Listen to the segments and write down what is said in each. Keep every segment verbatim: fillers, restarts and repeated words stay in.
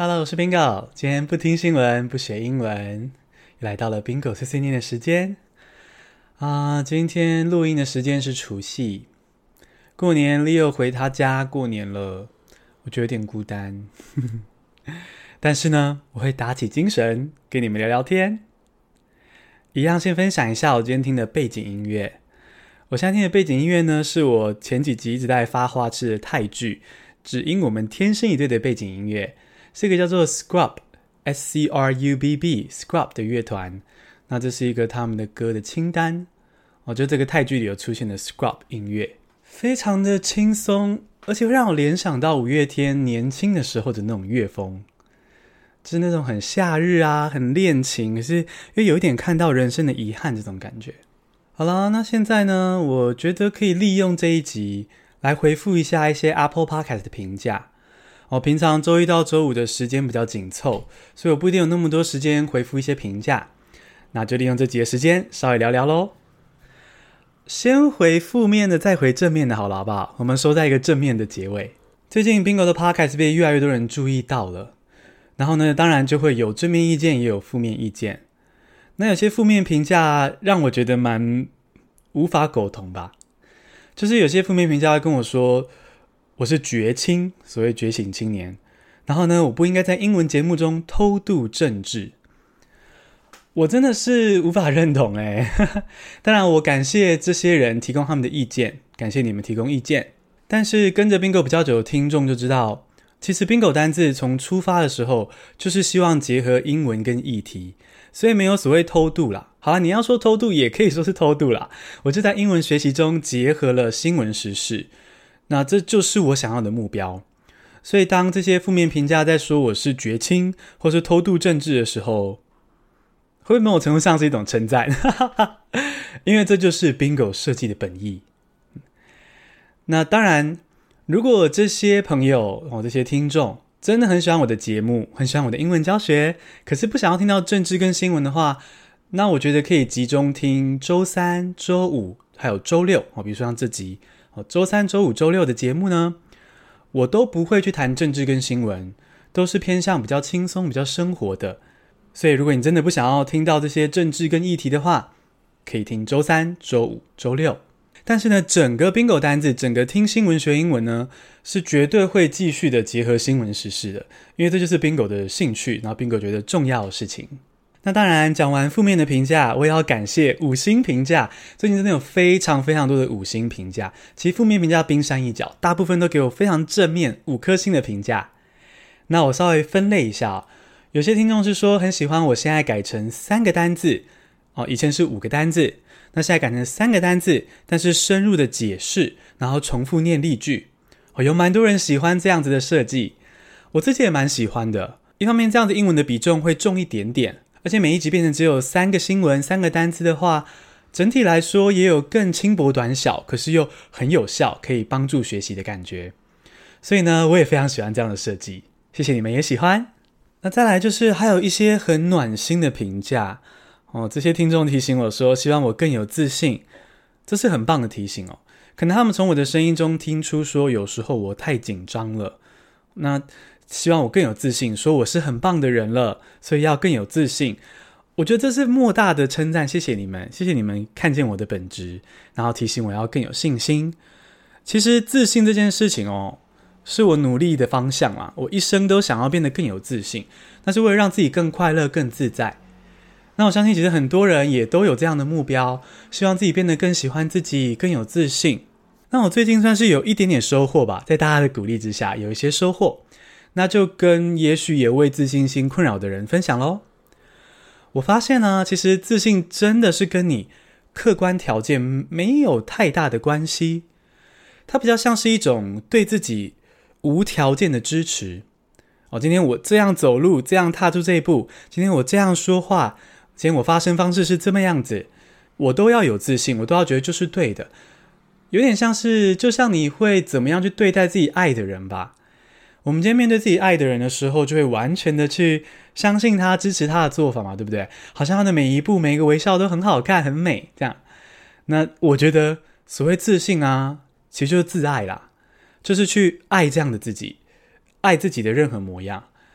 Hello，我是 Bingo。今天不听新闻，不学英文，又来到了 Bingo 碎碎念的时间啊！今天录音的时间是除夕，过年 Leo 回他家过年了，我觉得有点孤单。但是呢，我会打起精神跟你们聊聊天。一样先分享一下我今天听的背景音乐。我现在听的背景音乐呢，是我前几集一直在发花痴的泰剧《只因我们天生一对》的背景音乐。是一个叫做 Scrub S C R U B B Scrub 的乐团，那这是一个他们的歌的清单，我觉得这个泰剧里有出现的 Scrub 音乐非常的轻松，而且会让我联想到五月天年轻的时候的那种乐风，就是那种很夏日啊，很恋情，可是又有一点看到人生的遗憾这种感觉。好啦，那现在呢，我觉得可以利用这一集来回复一下一些 Apple Podcast 的评价。我平常周一到周五的时间比较紧凑，所以我不一定有那么多时间回复一些评价，那就利用这集的时间稍微聊聊咯。先回负面的，再回正面的好了，好不好？我们收在一个正面的结尾。最近 Bingo 的 Podcast 被越来越多人注意到了，然后呢，当然就会有正面意见，也有负面意见。那有些负面评价让我觉得蛮无法苟同吧，就是有些负面评价会跟我说我是觉青，所谓觉醒青年，然后呢，我不应该在英文节目中偷渡政治。我真的是无法认同耶当然我感谢这些人提供他们的意见，感谢你们提供意见，但是跟着 Bingo 比较久的听众就知道，其实 Bingo 单字从出发的时候就是希望结合英文跟议题，所以没有所谓偷渡啦。好啦，你要说偷渡也可以说是偷渡啦，我就在英文学习中结合了新闻时事，那这就是我想要的目标。所以当这些负面评价在说我是绝青或是偷渡政治的时候，会某种程度上是一种称赞因为这就是 Bingo 设计的本意。那当然，如果这些朋友、哦、这些听众真的很喜欢我的节目，很喜欢我的英文教学，可是不想要听到政治跟新闻的话，那我觉得可以集中听周三、周五还有周六、哦、比如说像这集周三、周五、周六的节目呢，我都不会去谈政治跟新闻，都是偏向比较轻松、比较生活的。所以如果你真的不想要听到这些政治跟议题的话，可以听周三、周五、周六。但是呢，整个 Bingo 单字，整个听新闻学英文呢，是绝对会继续的结合新闻时事的，因为这就是 Bingo 的兴趣，然后 Bingo 觉得重要的事情。那当然讲完负面的评价，我也要感谢五星评价，最近真的有非常非常多的五星评价，其实负面评价冰山一角，大部分都给我非常正面五颗星的评价。那我稍微分类一下，有些听众是说很喜欢我现在改成三个单字，哦，以前是五个单字，那现在改成三个单字，但是深入的解释，然后重复念例句，哦，有蛮多人喜欢这样子的设计，我自己也蛮喜欢的。一方面这样子英文的比重会重一点点，而且每一集变成只有三个新闻、三个单字的话，整体来说也有更轻薄短小，可是又很有效，可以帮助学习的感觉。所以呢，我也非常喜欢这样的设计，谢谢你们也喜欢。那再来就是还有一些很暖心的评价哦，这些听众提醒我说希望我更有自信，这是很棒的提醒哦。可能他们从我的声音中听出说有时候我太紧张了，那希望我更有自信，说我是很棒的人了，所以要更有自信。我觉得这是莫大的称赞，谢谢你们，谢谢你们看见我的本质，然后提醒我要更有信心。其实自信这件事情哦，是我努力的方向啦，我一生都想要变得更有自信，那是为了让自己更快乐、更自在。那我相信其实很多人也都有这样的目标，希望自己变得更喜欢自己，更有自信。那我最近算是有一点点收获吧，在大家的鼓励之下有一些收获，那就跟也许也为自信心困扰的人分享咯。我发现呢，其实自信真的是跟你客观条件没有太大的关系，它比较像是一种对自己无条件的支持。哦，今天我这样走路，这样踏出这一步，今天我这样说话，今天我发声方式是这么样子，我都要有自信，我都要觉得就是对的。有点像是就像你会怎么样去对待自己爱的人吧。我们今天面对自己爱的人的时候，就会完全的去相信他，支持他的做法嘛，对不对？好像他的每一步每一个微笑都很好看很美这样。那我觉得所谓自信啊，其实就是自爱啦，就是去爱这样的自己，爱自己的任何模样。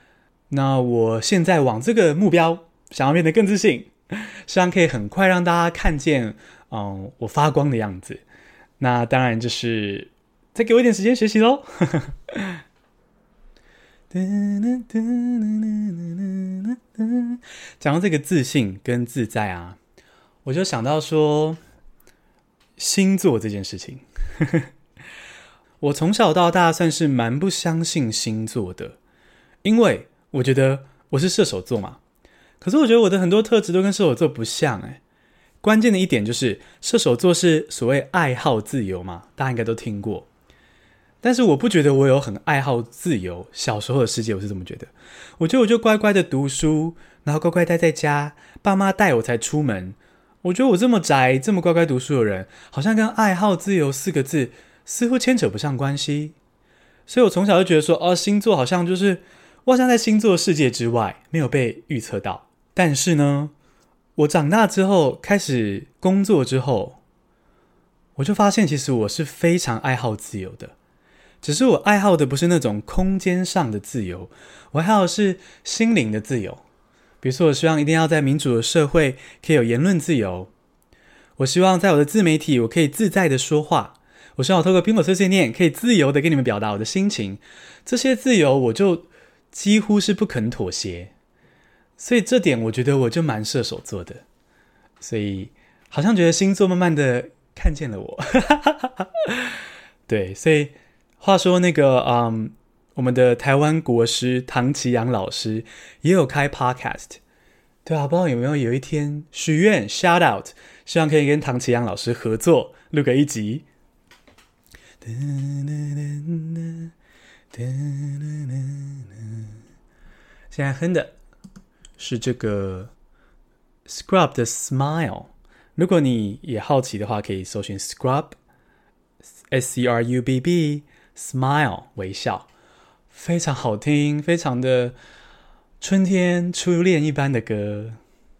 那我现在往这个目标想要变得更自信，希望可以很快让大家看见嗯，我发光的样子。那当然就是再给我一点时间学习咯讲到这个自信跟自在啊，我就想到说星座这件事情我从小到大算是蛮不相信星座的，因为我觉得我是射手座嘛，可是我觉得我的很多特质都跟射手座不像诶。关键的一点就是射手座是所谓爱好自由嘛，大家应该都听过，但是我不觉得我有很爱好自由，小时候的世界我是这么觉得，我觉得我就乖乖的读书，然后乖乖待在家，爸妈带我才出门。我觉得我这么宅这么乖乖读书的人，好像跟爱好自由四个字似乎牵扯不上关系，所以我从小就觉得说哦，星座好像就是我好像在星座世界之外，没有被预测到。但是呢，我长大之后开始工作之后，我就发现其实我是非常爱好自由的，只是我爱好的不是那种空间上的自由，我爱好的是心灵的自由。比如说我希望一定要在民主的社会可以有言论自由，我希望在我的自媒体我可以自在的说话，我希望我透过苹果碎碎念可以自由的跟你们表达我的心情，这些自由我就几乎是不肯妥协，所以这点我觉得我就蛮射手座的，所以好像觉得星座慢慢的看见了我对，所以话说那个嗯，我们的台湾国师唐奇阳老师也有开 podcast， 对啊，不知道有没有有一天许愿 shout out， 希望可以跟唐奇阳老师合作录个一集。现在哼的是这个 Scrub 的 Smile， 如果你也好奇的话，可以搜寻 Scrub S C R U B B Smile 微笑，非常好听，非常的春天初恋一般的歌。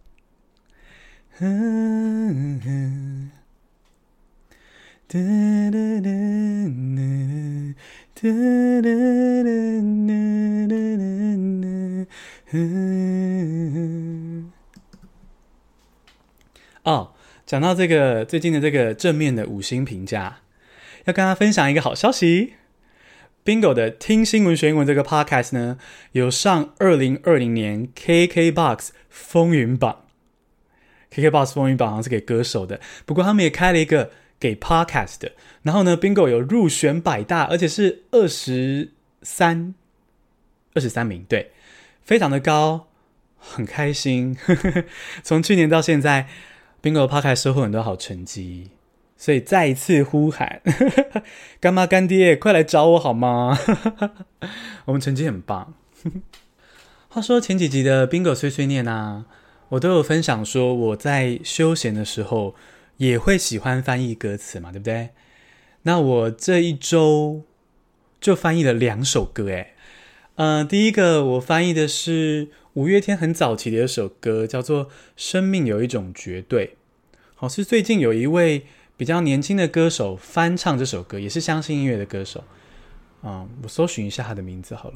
哦，讲到这个最近的这个正面的五星评价，要跟大家分享一个好消息。Bingo 的听新闻学英文这个 podcast 呢，有上二零二零年 K K B O X 风云榜。K K B O X 风云榜好像是给歌手的，不过他们也开了一个给 podcast 的。然后呢 Bingo 有入选百大，而且是二十三名，对，非常的高，很开心从去年到现在 Bingo 的 podcast 收获很多好成绩，所以再一次呼喊干妈干爹快来找我好吗我们成绩很棒话说前几集的 Bingo 碎碎念啊，我都有分享说我在休闲的时候也会喜欢翻译歌词嘛，对不对？那我这一周就翻译了两首歌诶。呃，第一个我翻译的是五月天很早期的一首歌，叫做《生命有一种绝对》。好，是最近有一位比较年轻的歌手翻唱这首歌，也是相信音乐的歌手。嗯，我搜寻一下他的名字好了，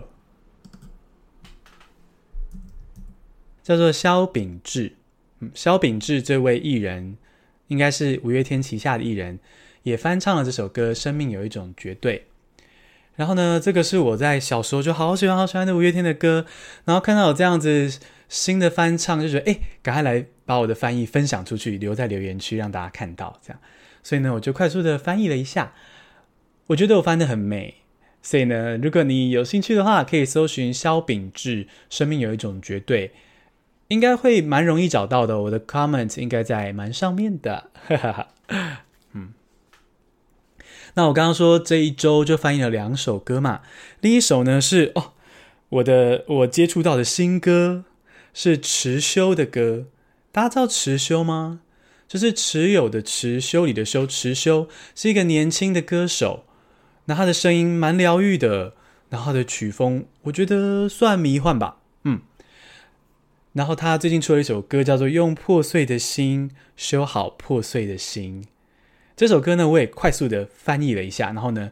叫做萧秉治。嗯，萧秉治这位艺人应该是五月天旗下的艺人，也翻唱了这首歌《生命有一种绝对》。然后呢，这个是我在小时候就好喜欢好喜欢的五月天的歌，然后看到有这样子新的翻唱，就觉得哎，赶快来把我的翻译分享出去，留在留言区让大家看到这样。所以呢，我就快速的翻译了一下，我觉得我翻得很美。所以呢，如果你有兴趣的话，可以搜寻萧秉治《生命有一种绝对》，应该会蛮容易找到的，我的 comment 应该在蛮上面的嗯，那我刚刚说这一周就翻译了两首歌嘛，另一首呢是哦，我的我接触到的新歌是持修的歌。大家知道持修吗？就是持有的持，修理的修，持修是一个年轻的歌手，那他的声音蛮疗愈的，然后他的曲风我觉得算迷幻吧，嗯。然后他最近出了一首歌叫做《用破碎的心修好破碎的心》，这首歌呢我也快速的翻译了一下，然后呢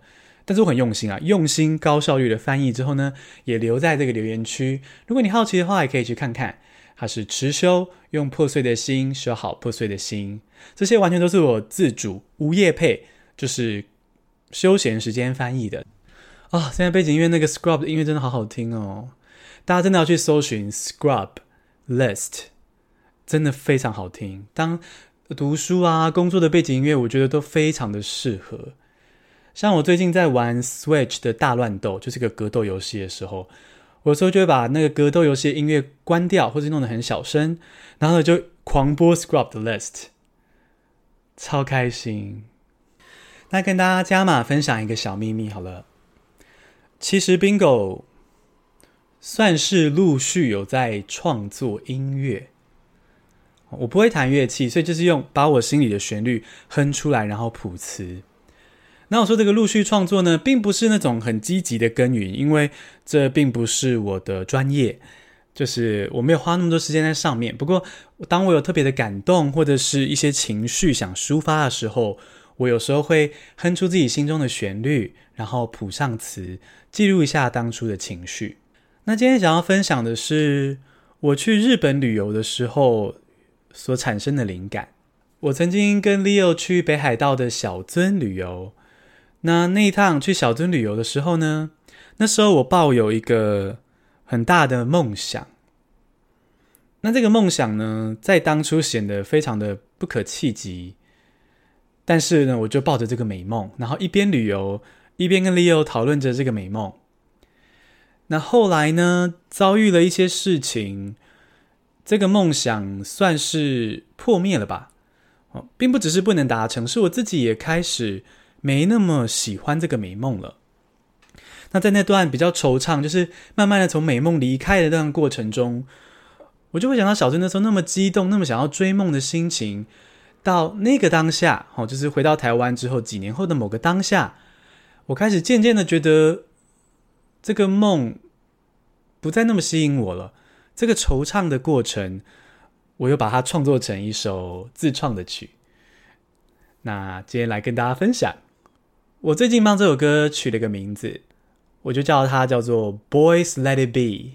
但是我很用心啊，用心高效率的翻译之后呢，也留在这个留言区。如果你好奇的话，也可以去看看。它是持修，用破碎的心修好破碎的心，这些完全都是我自主无业配，就是休闲时间翻译的啊、哦！现在背景音乐那个 Scrub 的音乐真的好好听哦，大家真的要去搜寻 Scrub List， 真的非常好听。当读书啊、工作的背景音乐，我觉得都非常的适合。像我最近在玩 Switch 的大乱斗，就是个格斗游戏的时候，我有时候就会把那个格斗游戏的音乐关掉，或者弄得很小声，然后呢就狂播 Scrub 的 List， 超开心。那跟大家加码分享一个小秘密好了，其实 Bingo 算是陆续有在创作音乐。我不会弹乐器，所以就是用把我心里的旋律哼出来，然后谱词。那我说这个陆续创作呢，并不是那种很积极的耕耘，因为这并不是我的专业，就是我没有花那么多时间在上面。不过当我有特别的感动或者是一些情绪想抒发的时候，我有时候会哼出自己心中的旋律，然后谱上词，记录一下当初的情绪。那今天想要分享的是我去日本旅游的时候所产生的灵感。我曾经跟 Leo 去北海道的小樽旅游，那那一趟去小樽旅游的时候呢，那时候我抱有一个很大的梦想。那这个梦想呢，在当初显得非常的不可企及，但是呢，我就抱着这个美梦，然后一边旅游，一边跟 Leo 讨论着这个美梦。那后来呢，遭遇了一些事情，这个梦想算是破灭了吧。哦，并不只是不能达成，是我自己也开始没那么喜欢这个美梦了。那在那段比较惆怅，就是慢慢的从美梦离开的那段过程中，我就会想到小珍那时候那么激动，那么想要追梦的心情，到那个当下，哦，就是回到台湾之后几年后的某个当下，我开始渐渐的觉得这个梦不再那么吸引我了。这个惆怅的过程，我又把它创作成一首自创的曲。那今天来跟大家分享，我最近帮这首歌取了个名字，我就叫它叫做 Boys Let It Be。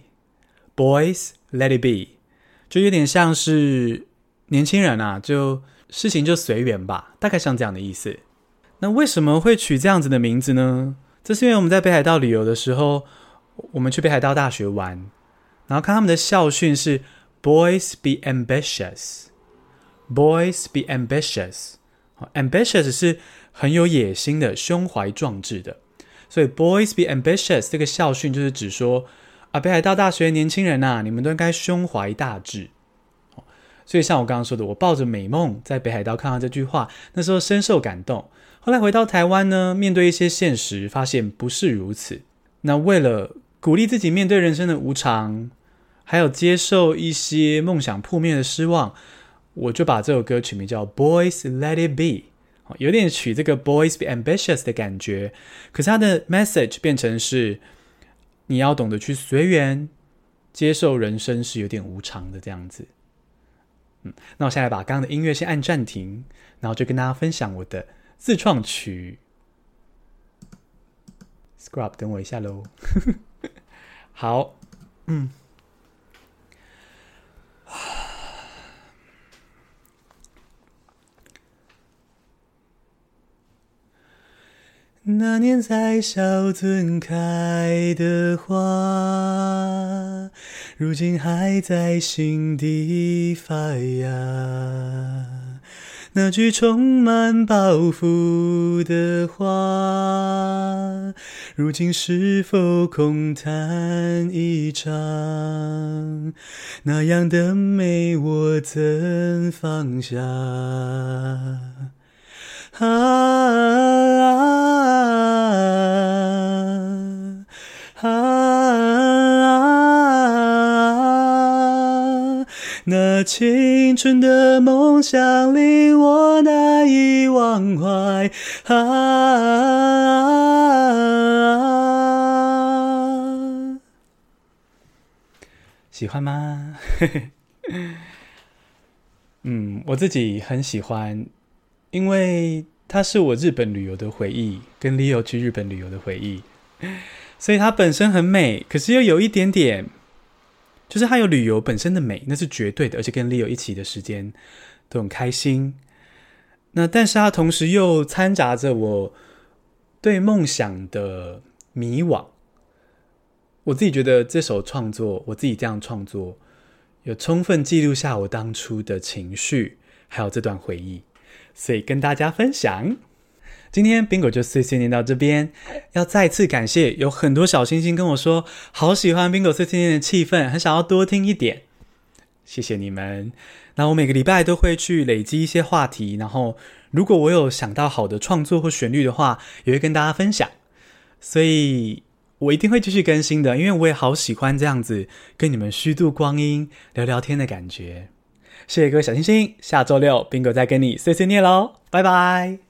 Boys Let It Be 就有点像是年轻人啊，就事情就随缘吧，大概像这样的意思。那为什么会取这样子的名字呢？这是因为我们在北海道旅游的时候，我们去北海道大学玩，然后看他们的校训是 Boys be ambitious。 Boys be ambitious， ambitious 是很有野心的，胸怀壮志的，所以 Boys be ambitious 这个校训就是指说啊，北海道大学的年轻人啊，你们都应该胸怀大志。所以像我刚刚说的，我抱着美梦在北海道看到这句话，那时候深受感动。后来回到台湾呢，面对一些现实，发现不是如此。那为了鼓励自己面对人生的无常，还有接受一些梦想破灭的失望，我就把这首歌曲名叫 Boys Let It Be， 有点取这个 Boys Be Ambitious 的感觉，可是它的 message 变成是你要懂得去随缘，接受人生是有点无常的这样子。嗯，那我现在把刚刚的音乐先按暂停，然后就跟大家分享我的自创曲。 Scrub 等我一下咯好，嗯，那年在小樽开的花，如今还在心底发芽。那句充满抱负的话，如今是否空谈一场？那样的美我怎放下？啊啊啊啊！那青春的梦想令我难以忘怀。啊啊！喜欢吗？嗯，我自己很喜欢。因为它是我日本旅游的回忆，跟 Leo 去日本旅游的回忆，所以它本身很美，可是又有一点点，就是它有旅游本身的美，那是绝对的，而且跟 Leo 一起的时间都很开心。那但是它同时又掺杂着我对梦想的迷惘。我自己觉得这首创作，我自己这样创作，有充分记录下我当初的情绪，还有这段回忆，所以跟大家分享。今天 Bingo 就碎碎念到这边，要再次感谢有很多小星星跟我说好喜欢 Bingo 碎碎念的气氛，很想要多听一点，谢谢你们。那我每个礼拜都会去累积一些话题，然后如果我有想到好的创作或旋律的话，也会跟大家分享，所以我一定会继续更新的，因为我也好喜欢这样子跟你们虚度光阴聊聊天的感觉。谢谢各位小星星，下周六 Bingo 再跟你碎碎念咯，拜拜。